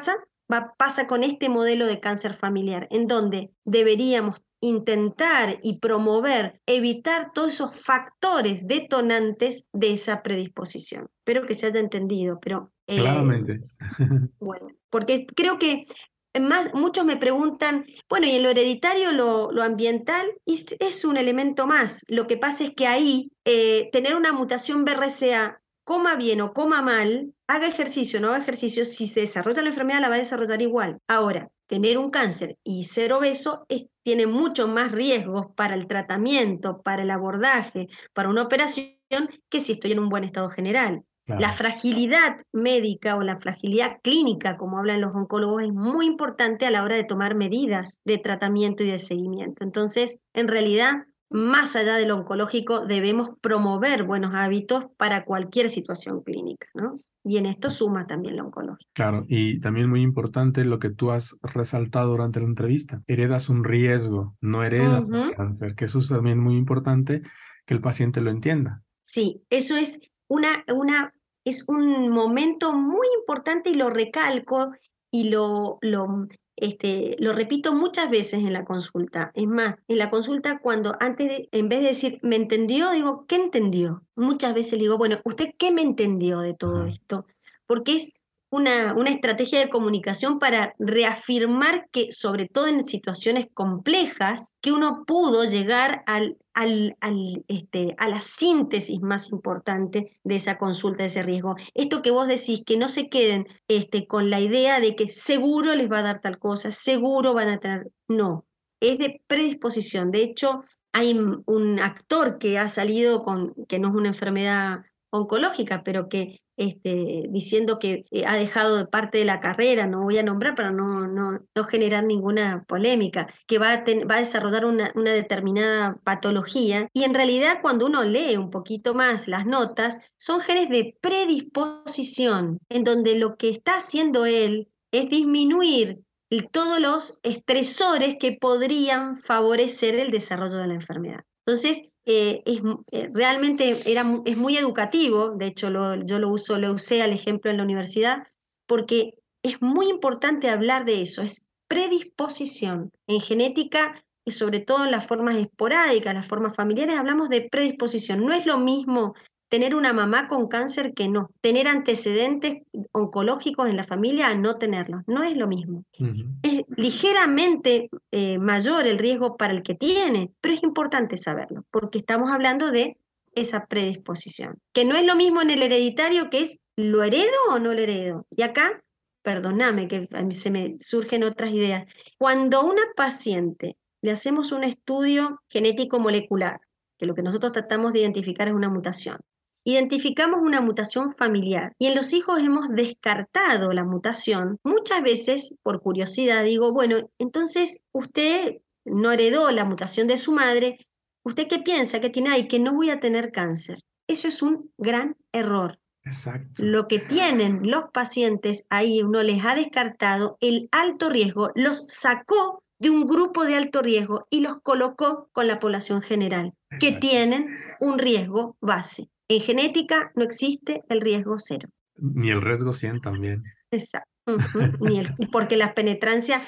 [SPEAKER 2] va, pasa con este modelo de cáncer familiar, en donde deberíamos intentar y promover, evitar todos esos factores detonantes de esa predisposición. Espero que se haya entendido, pero eh,
[SPEAKER 3] Claramente.
[SPEAKER 2] bueno, porque creo que más, muchos me preguntan, bueno, y en lo hereditario, lo, lo ambiental, es, es un elemento más. Lo que pasa es que ahí, eh, tener una mutación B R C A, coma bien o coma mal, haga ejercicio o no haga ejercicio, si se desarrolla la enfermedad, la va a desarrollar igual. Ahora, tener un cáncer y ser obeso es, tiene mucho más riesgos para el tratamiento, para el abordaje, para una operación, que si estoy en un buen estado general.
[SPEAKER 3] Claro.
[SPEAKER 2] La fragilidad médica o la fragilidad clínica, como hablan los oncólogos, es muy importante a la hora de tomar medidas de tratamiento y de seguimiento. Entonces, en realidad, más allá de lo oncológico, debemos promover buenos hábitos para cualquier situación clínica, ¿no? Y en esto suma también la oncología.
[SPEAKER 3] Claro, y también muy importante lo que tú has resaltado durante la entrevista. Heredas un riesgo, no heredas el
[SPEAKER 2] Uh-huh.
[SPEAKER 3] cáncer, que eso es también muy importante que el paciente lo entienda.
[SPEAKER 2] Sí, eso es una, una, es un momento muy importante y lo recalco y lo, lo, este, lo repito muchas veces en la consulta. Es más, en la consulta cuando antes de, en vez de decir, ¿me entendió? Digo, ¿qué entendió? Muchas veces le digo, bueno, ¿usted qué me entendió de todo
[SPEAKER 3] Ajá.
[SPEAKER 2] esto? Porque es una, una estrategia de comunicación para reafirmar que, sobre todo en situaciones complejas, que uno pudo llegar al, al, al, este, a la síntesis más importante de esa consulta, de ese riesgo. Esto que vos decís, que no se queden este, con la idea de que seguro les va a dar tal cosa, seguro van a tener... No, es de predisposición. De hecho, hay un actor que ha salido con, que no es una enfermedad oncológica, pero que este, diciendo que eh, ha dejado de parte de la carrera, no voy a nombrar para no, no, no generar ninguna polémica, que va a, ten, va a desarrollar una, una determinada patología, y en realidad cuando uno lee un poquito más las notas, son genes de predisposición, en donde lo que está haciendo él es disminuir todos los estresores que podrían favorecer el desarrollo de la enfermedad. Entonces, eh, es, eh, realmente era, es muy educativo, de hecho lo, yo lo uso, lo usé al ejemplo en la universidad, porque es muy importante hablar de eso, es predisposición. En genética, y sobre todo en las formas esporádicas, las formas familiares, hablamos de predisposición. No es lo mismo tener una mamá con cáncer que no, tener antecedentes oncológicos en la familia a no tenerlos, no es lo mismo.
[SPEAKER 3] Uh-huh.
[SPEAKER 2] Es ligeramente eh, mayor el riesgo para el que tiene, pero es importante saberlo, porque estamos hablando de esa predisposición, que no es lo mismo en el hereditario, que es ¿lo heredo o no lo heredo? Y acá, perdóname que a mí se me surgen otras ideas. Cuando a una paciente le hacemos un estudio genético molecular, que lo que nosotros tratamos de identificar es una mutación, identificamos una mutación familiar y en los hijos hemos descartado la mutación, muchas veces por curiosidad digo, bueno, entonces usted no heredó la mutación de su madre, ¿usted qué piensa que tiene ahí? Que no voy a tener cáncer. Eso es un gran error.
[SPEAKER 3] Exacto.
[SPEAKER 2] Lo que tienen los pacientes ahí, uno les ha descartado el alto riesgo, los sacó de un grupo de alto riesgo y los colocó con la población general, que
[SPEAKER 3] Exacto.
[SPEAKER 2] tienen un riesgo base. En genética no existe el riesgo cero.
[SPEAKER 3] Ni el riesgo cien también.
[SPEAKER 2] Exacto. Uh-huh. Ni el, porque las penetrancias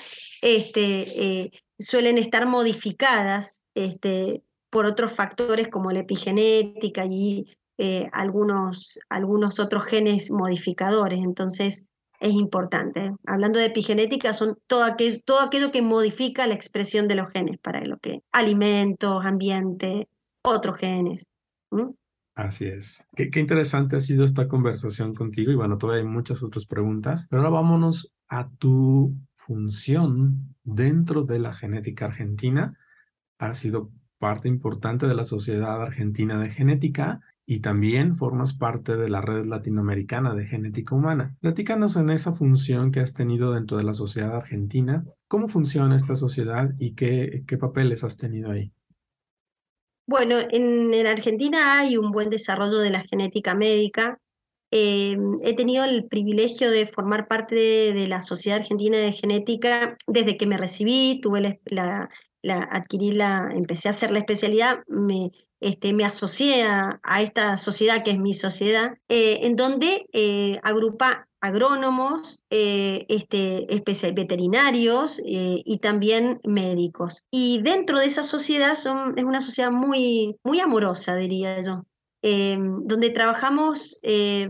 [SPEAKER 2] este, eh, suelen estar modificadas este, por otros factores como la epigenética y eh, algunos, algunos otros genes modificadores. Entonces es importante. ¿eh? Hablando de epigenética, son todo aquello, todo aquello que modifica la expresión de los genes para lo que alimentos, ambiente, otros genes. ¿Mm?
[SPEAKER 3] Así es. Qué, qué interesante ha sido esta conversación contigo y bueno, todavía hay muchas otras preguntas, pero ahora vámonos a tu función dentro de la genética argentina. Has sido parte importante de la Sociedad Argentina de Genética y también formas parte de la Red Latinoamericana de Genética Humana. Platícanos en esa función que has tenido dentro de la Sociedad Argentina. ¿Cómo funciona esta sociedad y qué, qué papeles has tenido ahí?
[SPEAKER 2] Bueno, en, en Argentina hay un buen desarrollo de la genética médica. Eh, he tenido el privilegio de formar parte de, de la Sociedad Argentina de Genética desde que me recibí, tuve la, la, la adquirí la, empecé a hacer la especialidad, me, este, me asocié a, a esta sociedad que es mi sociedad, eh, en donde eh, agrupa agrónomos, eh, este, especia- veterinarios eh, y también médicos. Y dentro de esa sociedad son, es una sociedad muy, muy amorosa, diría yo, eh, donde trabajamos eh,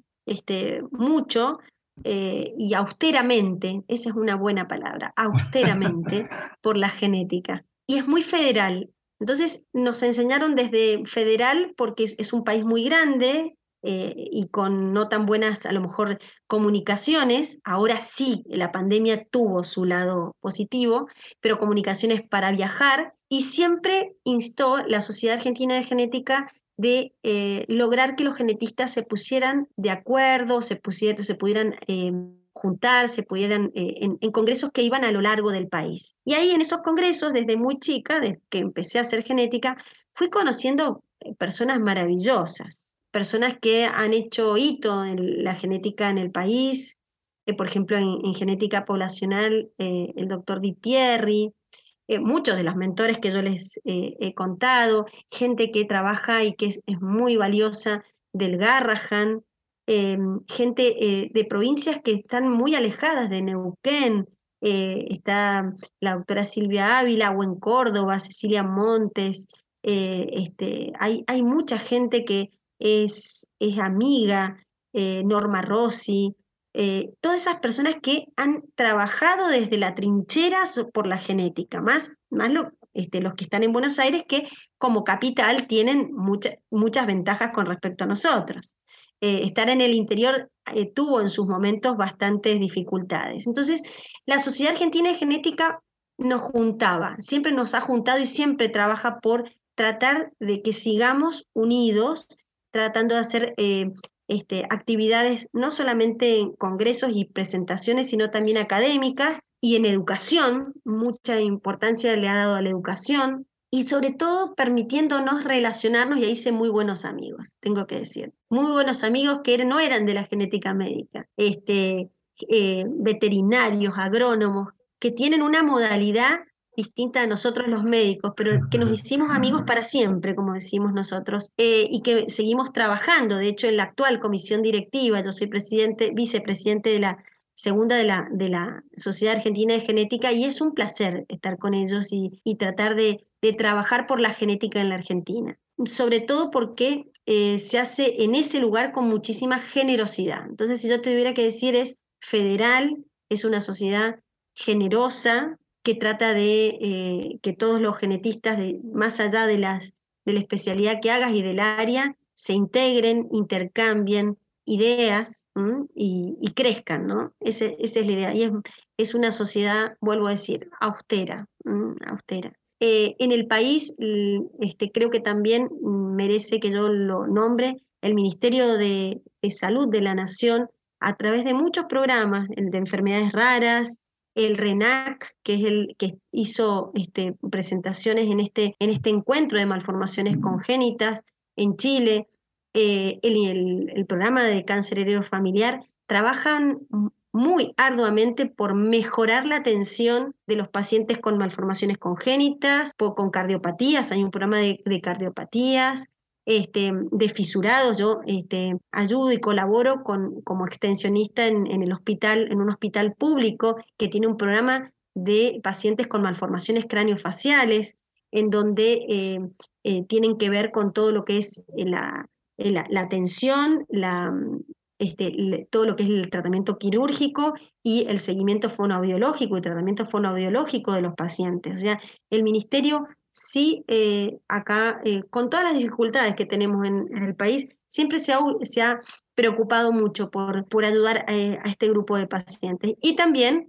[SPEAKER 2] este, mucho eh, y austeramente, esa es una buena palabra, austeramente por la genética. Y es muy federal. Entonces nos enseñaron desde federal porque es, es un país muy grande eh, y con no tan buenas, a lo mejor, comunicaciones. Ahora sí, la pandemia tuvo su lado positivo, pero comunicaciones para viajar. Y siempre instó la Sociedad Argentina de Genética de eh, lograr que los genetistas se pusieran de acuerdo, se, pusier se pudieran eh, juntar, se pudieran eh, en, en congresos que iban a lo largo del país. Y ahí en esos congresos, desde muy chica, desde que empecé a hacer genética, fui conociendo eh, personas maravillosas, personas que han hecho hito en la genética en el país, eh, por ejemplo, en, en genética poblacional, eh, el doctor Di Pierri, eh, muchos de los mentores que yo les eh, he contado, gente que trabaja y que es, es muy valiosa del Garrahan, eh, gente eh, de provincias que están muy alejadas de Neuquén, eh, está la doctora Silvia Ávila, o en Córdoba, Cecilia Montes, eh, este, hay, hay mucha gente que es, es amiga, eh, Norma Rossi, eh, todas esas personas que han trabajado desde la trinchera so- por la genética, más, más lo- este, los que están en Buenos Aires, que como capital tienen mucha- muchas ventajas con respecto a nosotros. Eh, estar en el interior eh, tuvo en sus momentos bastantes dificultades. Entonces, la Sociedad Argentina de Genética nos juntaba, siempre nos ha juntado y siempre trabaja por tratar de que sigamos unidos, tratando de hacer eh, este, actividades no solamente en congresos y presentaciones, sino también académicas y en educación. Mucha importancia le ha dado a la educación y sobre todo permitiéndonos relacionarnos, y ahí hice muy buenos amigos, tengo que decir, muy buenos amigos que er- no eran de la genética médica, este, eh, veterinarios, agrónomos, que tienen una modalidad distinta a nosotros los médicos, pero que nos hicimos amigos para siempre, como decimos nosotros, eh, y que seguimos trabajando. De hecho, en la actual comisión directiva, yo soy presidente, vicepresidente de la segunda de la, de la Sociedad Argentina de Genética, y es un placer estar con ellos y, y tratar de, de trabajar por la genética en la Argentina. Sobre todo porque eh, se hace en ese lugar con muchísima generosidad. Entonces, si yo te tuviera que decir, es federal, es una sociedad generosa, que trata de eh, que todos los genetistas, de, más allá de, las, de la especialidad que hagas y del área, se integren, intercambien ideas y, y, crezcan, ¿no? Ese, esa es la idea. Y es, es una sociedad, vuelvo a decir, austera, ¿m? austera. Eh, en el país, este, creo que también merece que yo lo nombre, el Ministerio de, de Salud de la Nación, a través de muchos programas, el de enfermedades raras, el RENAC, que es el que hizo este, presentaciones en este, en este encuentro de malformaciones congénitas en Chile, eh, el, el, el programa de cáncer heredero familiar, trabajan muy arduamente por mejorar la atención de los pacientes con malformaciones congénitas, con cardiopatías, hay un programa de, de cardiopatías, este, de fisurados. Yo este, ayudo y colaboro con, como extensionista en, en el hospital, en un hospital público que tiene un programa de pacientes con malformaciones craneofaciales, en donde eh, eh, tienen que ver con todo lo que es la, la, la atención, la, este, le, todo lo que es el tratamiento quirúrgico y el seguimiento fonoaudiológico y tratamiento fonoaudiológico de los pacientes. O sea, el ministerio sí, eh, acá, eh, con todas las dificultades que tenemos en, en el país, siempre se ha, se ha preocupado mucho por, por ayudar eh, a este grupo de pacientes. Y también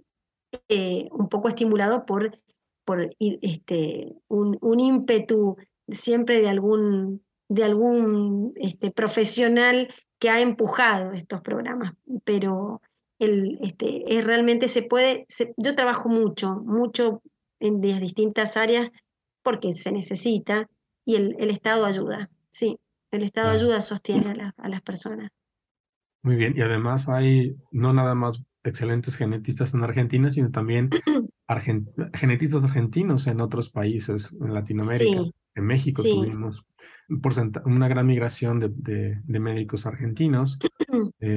[SPEAKER 2] eh, un poco estimulado por, por este, un, un ímpetu siempre de algún, de algún este, profesional que ha empujado estos programas. Pero el, este, es realmente se puede, se, yo trabajo mucho, mucho en las distintas áreas porque se necesita y el, el Estado ayuda, sí, el Estado
[SPEAKER 3] Claro.
[SPEAKER 2] ayuda, sostiene a, la, a las personas.
[SPEAKER 3] Muy bien, y además hay no nada más excelentes genetistas en Argentina, sino también argent genetistas argentinos en otros países, en Latinoamérica.
[SPEAKER 2] Sí,
[SPEAKER 3] En México
[SPEAKER 2] sí.
[SPEAKER 3] tuvimos un una gran migración de, de, de médicos argentinos. Eh,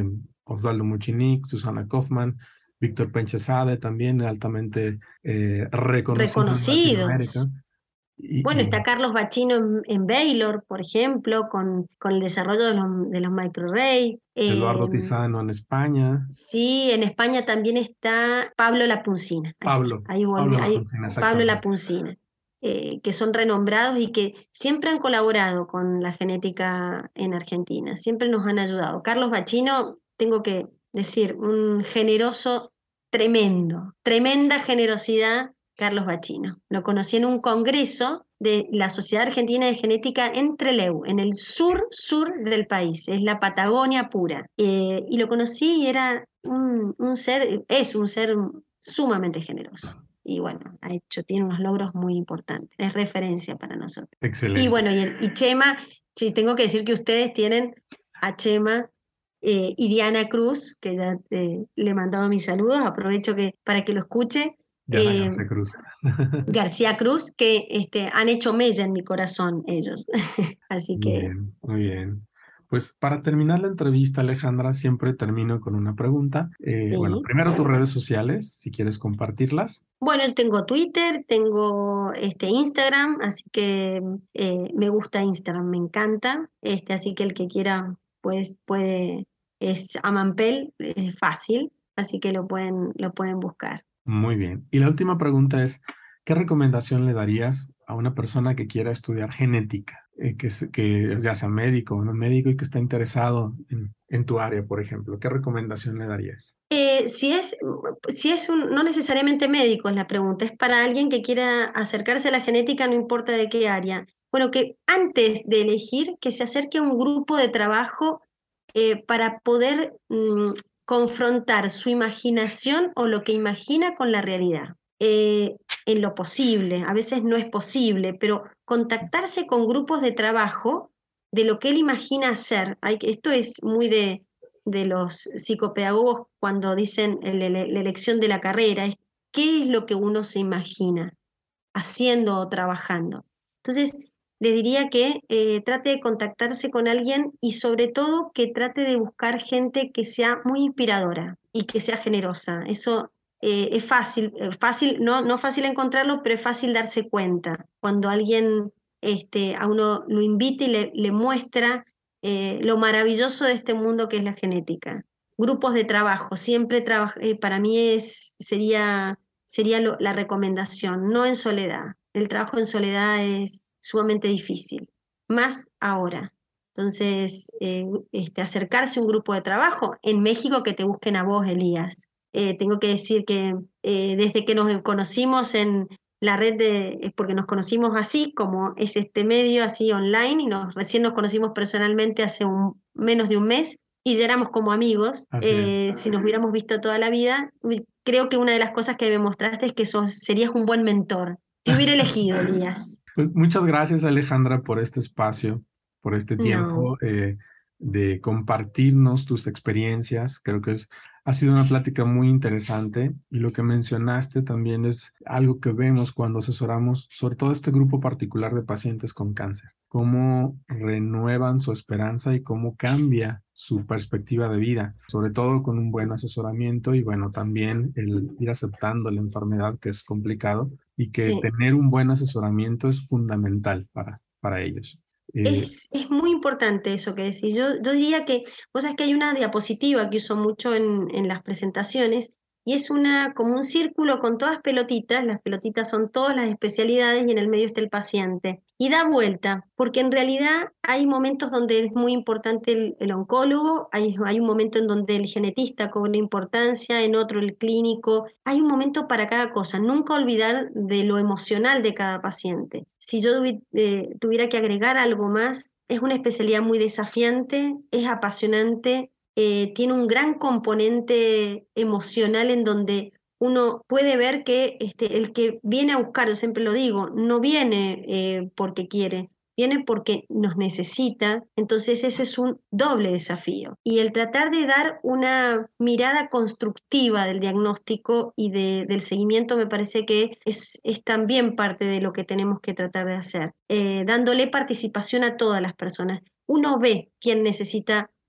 [SPEAKER 3] Osvaldo Muchinic, Susana Kaufman, Víctor Penchesade, también altamente eh, reconocido en
[SPEAKER 2] Reconocidos.
[SPEAKER 3] Latinoamérica. Y,
[SPEAKER 2] Bueno,
[SPEAKER 3] y
[SPEAKER 2] está Carlos Bachino en, en Baylor, por ejemplo, con, con el desarrollo de los, de los microarray. Eh,
[SPEAKER 3] Eduardo Tizano en España.
[SPEAKER 2] sí, en España también está Pablo Lapuncina. Ahí está,
[SPEAKER 3] Pablo,
[SPEAKER 2] ahí volví,
[SPEAKER 3] Pablo
[SPEAKER 2] ahí,
[SPEAKER 3] Lapuncina,
[SPEAKER 2] Pablo
[SPEAKER 3] exactamente.
[SPEAKER 2] Lapuncina, eh, que son renombrados y que siempre han colaborado con la genética en Argentina, siempre nos han ayudado. Carlos Bachino, tengo que decir, un generoso tremendo, tremenda generosidad, Carlos Bachino. Lo conocí en un congreso de la Sociedad Argentina de Genética en Trelew, en el sur, sur del país, es la Patagonia pura. Eh, y lo conocí y era un, un ser, es un ser sumamente generoso. Y bueno, ha hecho, tiene unos logros muy importantes, es referencia para nosotros. Y
[SPEAKER 3] Excelente.
[SPEAKER 2] bueno, y, el, y Chema, sí, tengo que decir que ustedes tienen a Chema eh, y Diana Cruz, que ya eh, le he mandado mis saludos, aprovecho que, para que lo escuche.
[SPEAKER 3] Diana
[SPEAKER 2] Eh,
[SPEAKER 3] García Cruz.
[SPEAKER 2] García Cruz, que este, han hecho mella en mi corazón ellos. Así
[SPEAKER 3] Muy
[SPEAKER 2] que
[SPEAKER 3] bien, muy bien. Pues para terminar la entrevista, Alejandra, siempre termino con una pregunta. Eh, bueno,
[SPEAKER 2] sí.
[SPEAKER 3] primero tus redes sociales, si quieres compartirlas.
[SPEAKER 2] Bueno, tengo Twitter, tengo este Instagram, así que eh, me gusta Instagram, me encanta. Este, así que el que quiera, pues puede, es Amampel, es fácil, así que lo pueden, lo pueden buscar.
[SPEAKER 3] Muy bien. Y la última pregunta es, ¿qué recomendación le darías a una persona que quiera estudiar genética, eh, que, es- que ya sea médico o no médico y que está interesado en, en tu área, por ejemplo? ¿Qué recomendación le darías?
[SPEAKER 2] Eh, si es, si es un, no necesariamente médico es la pregunta, es para alguien que quiera acercarse a la genética, no importa de qué área. Bueno, que antes de elegir, que se acerque a un grupo de trabajo eh, para poder mm, confrontar su imaginación o lo que imagina con la realidad. Eh, en lo posible, a veces no es posible, pero contactarse con grupos de trabajo de lo que él imagina hacer. Hay, que- esto es muy de de los psicopedagogos cuando dicen el- el- la elección de la carrera, es qué es lo que uno se imagina haciendo o trabajando. Entonces, le diría que eh, trate de contactarse con alguien y sobre todo que trate de buscar gente que sea muy inspiradora y que sea generosa. Eso eh, es fácil, eh, fácil, no, no fácil encontrarlo, pero es fácil darse cuenta. Cuando alguien este, a uno lo invita y le, le muestra eh, lo maravilloso de este mundo que es la genética. Grupos de trabajo, siempre traba- eh, para mí es, sería sería lo- la recomendación, no en soledad. El trabajo en soledad es sumamente difícil, más ahora. Entonces, eh, este, acercarse a un grupo de trabajo, en México que te busquen a vos, Elías. Eh, tengo que decir que eh, desde que nos conocimos en la red de, es porque nos conocimos así, como es este medio, así online, y nos, recién nos conocimos personalmente hace un, menos de un mes, y ya éramos como amigos.
[SPEAKER 3] Así es.
[SPEAKER 2] Eh, si nos hubiéramos visto toda la vida, creo que una de las cosas que me mostraste es que sos, serías un buen mentor. Te hubiera elegido, Elías.
[SPEAKER 3] Pues muchas gracias, Alejandra, por este espacio, por este
[SPEAKER 2] No,
[SPEAKER 3] tiempo eh, de compartirnos tus experiencias. Creo que es, ha sido una plática muy interesante y lo que mencionaste también es algo que vemos cuando asesoramos, sobre todo este grupo particular de pacientes con cáncer, cómo renuevan su esperanza y cómo cambia su perspectiva de vida, sobre todo con un buen asesoramiento y bueno, también el ir aceptando la enfermedad que es complicado y que
[SPEAKER 2] sí.
[SPEAKER 3] tener un buen asesoramiento es fundamental para, para ellos. Eh,
[SPEAKER 2] Es, es muy importante eso que decís. Yo, yo diría que, vos sabés que hay una diapositiva que uso mucho en, en las presentaciones y es una, como un círculo con todas pelotitas, las pelotitas son todas las especialidades y en el medio está el paciente. Y da vuelta, porque en realidad hay momentos donde es muy importante el, el oncólogo, hay, hay un momento en donde el genetista cobra importancia, en otro el clínico, hay un momento para cada cosa, nunca olvidar de lo emocional de cada paciente. Si yo eh, tuviera que agregar algo más, es una especialidad muy desafiante, es apasionante, eh, tiene un gran componente emocional en donde uno puede ver que este, el que viene a buscar, yo siempre lo digo, no viene eh, porque quiere, viene porque nos necesita, entonces eso es un doble desafío. Y el tratar de dar una mirada constructiva del diagnóstico y de, del seguimiento me parece que es, es también parte de lo que tenemos que tratar de hacer, eh, dándole participación a todas las personas. Uno ve quién necesita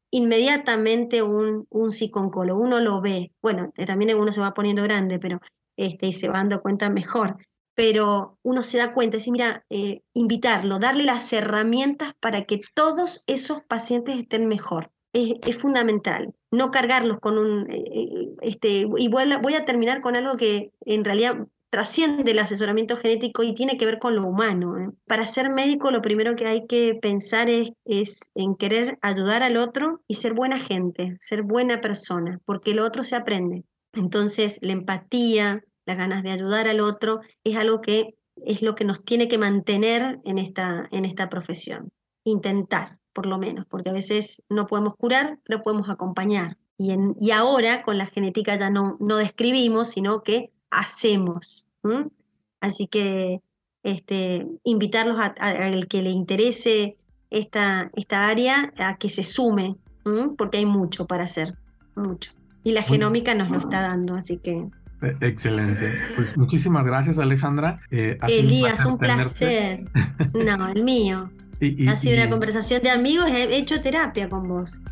[SPEAKER 2] inmediatamente un, un psicooncólogo, uno lo ve, bueno, eh, también uno se va poniendo grande, pero este, y se va dando cuenta mejor, pero uno se da cuenta, decir, mira, eh, invitarlo, darle las herramientas para que todos esos pacientes estén mejor. Es, es fundamental, no cargarlos con un... Eh, este, y voy a, voy a terminar con algo que en realidad trasciende el asesoramiento genético y tiene que ver con lo humano, ¿eh? Para ser médico lo primero que hay que pensar es, es en querer ayudar al otro y ser buena gente, ser buena persona, porque lo otro se aprende. Entonces la empatía, las ganas de ayudar al otro es algo que es lo que nos tiene que mantener en esta, en esta profesión. Intentar, por lo menos, porque a veces no podemos curar, pero podemos acompañar. Y, en, y ahora con la genética ya no, no describimos, sino que hacemos. ¿Mm? Así que este, invitarlos al que le interese esta, esta área a que se sume, ¿Mm? Porque hay mucho para hacer, mucho. Y la genómica nos lo está dando, así que...
[SPEAKER 3] Excelente. Pues muchísimas gracias, Alejandra. Eh,
[SPEAKER 2] Elías, un placer. Un placer. No, el mío. Y, y, ha sido y... una conversación de amigos, he hecho terapia con vos.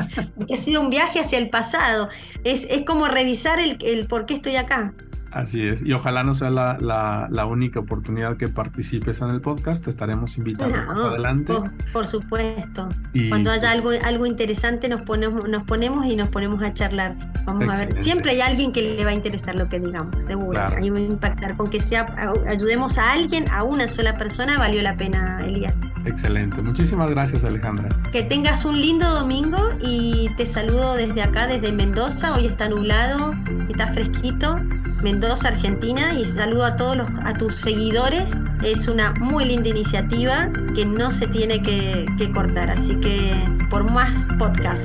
[SPEAKER 2] Ha sido un viaje hacia el pasado. Es, es como revisar el, el por qué estoy acá.
[SPEAKER 3] Así es, y ojalá no sea la, la, la única oportunidad que participes en el podcast, te estaremos invitando no, más adelante.
[SPEAKER 2] Por, por supuesto, y... cuando haya algo, algo interesante nos ponemos, nos ponemos y nos ponemos a charlar. Vamos Excelente. A ver, siempre hay alguien que le va a interesar lo que digamos, seguro. Claro. Ahí va a impactar, con que sea, ayudemos a alguien, a una sola persona, valió la pena, Elías.
[SPEAKER 3] Excelente, muchísimas gracias, Alejandra.
[SPEAKER 2] Que tengas un lindo domingo y te saludo desde acá, desde Mendoza, hoy está nublado, está fresquito. Mendoza, Argentina, y saludo a todos los, a tus seguidores. Es una muy linda iniciativa que no se tiene que, que cortar, así que por más podcast.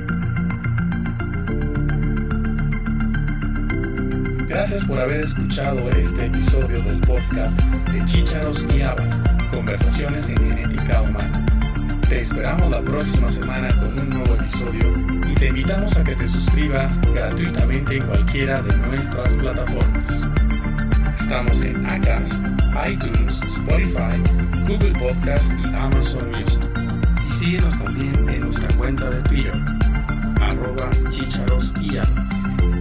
[SPEAKER 1] Gracias por haber escuchado este episodio del podcast de Chícharos y Habas, Conversaciones en Genética Humana. Te esperamos la próxima semana con un nuevo episodio y te invitamos a que te suscribas gratuitamente en cualquiera de nuestras plataformas. Estamos en Acast, iTunes, Spotify, Google Podcast y Amazon Music. Y síguenos también en nuestra cuenta de Twitter, arroba Chícharos y Habas.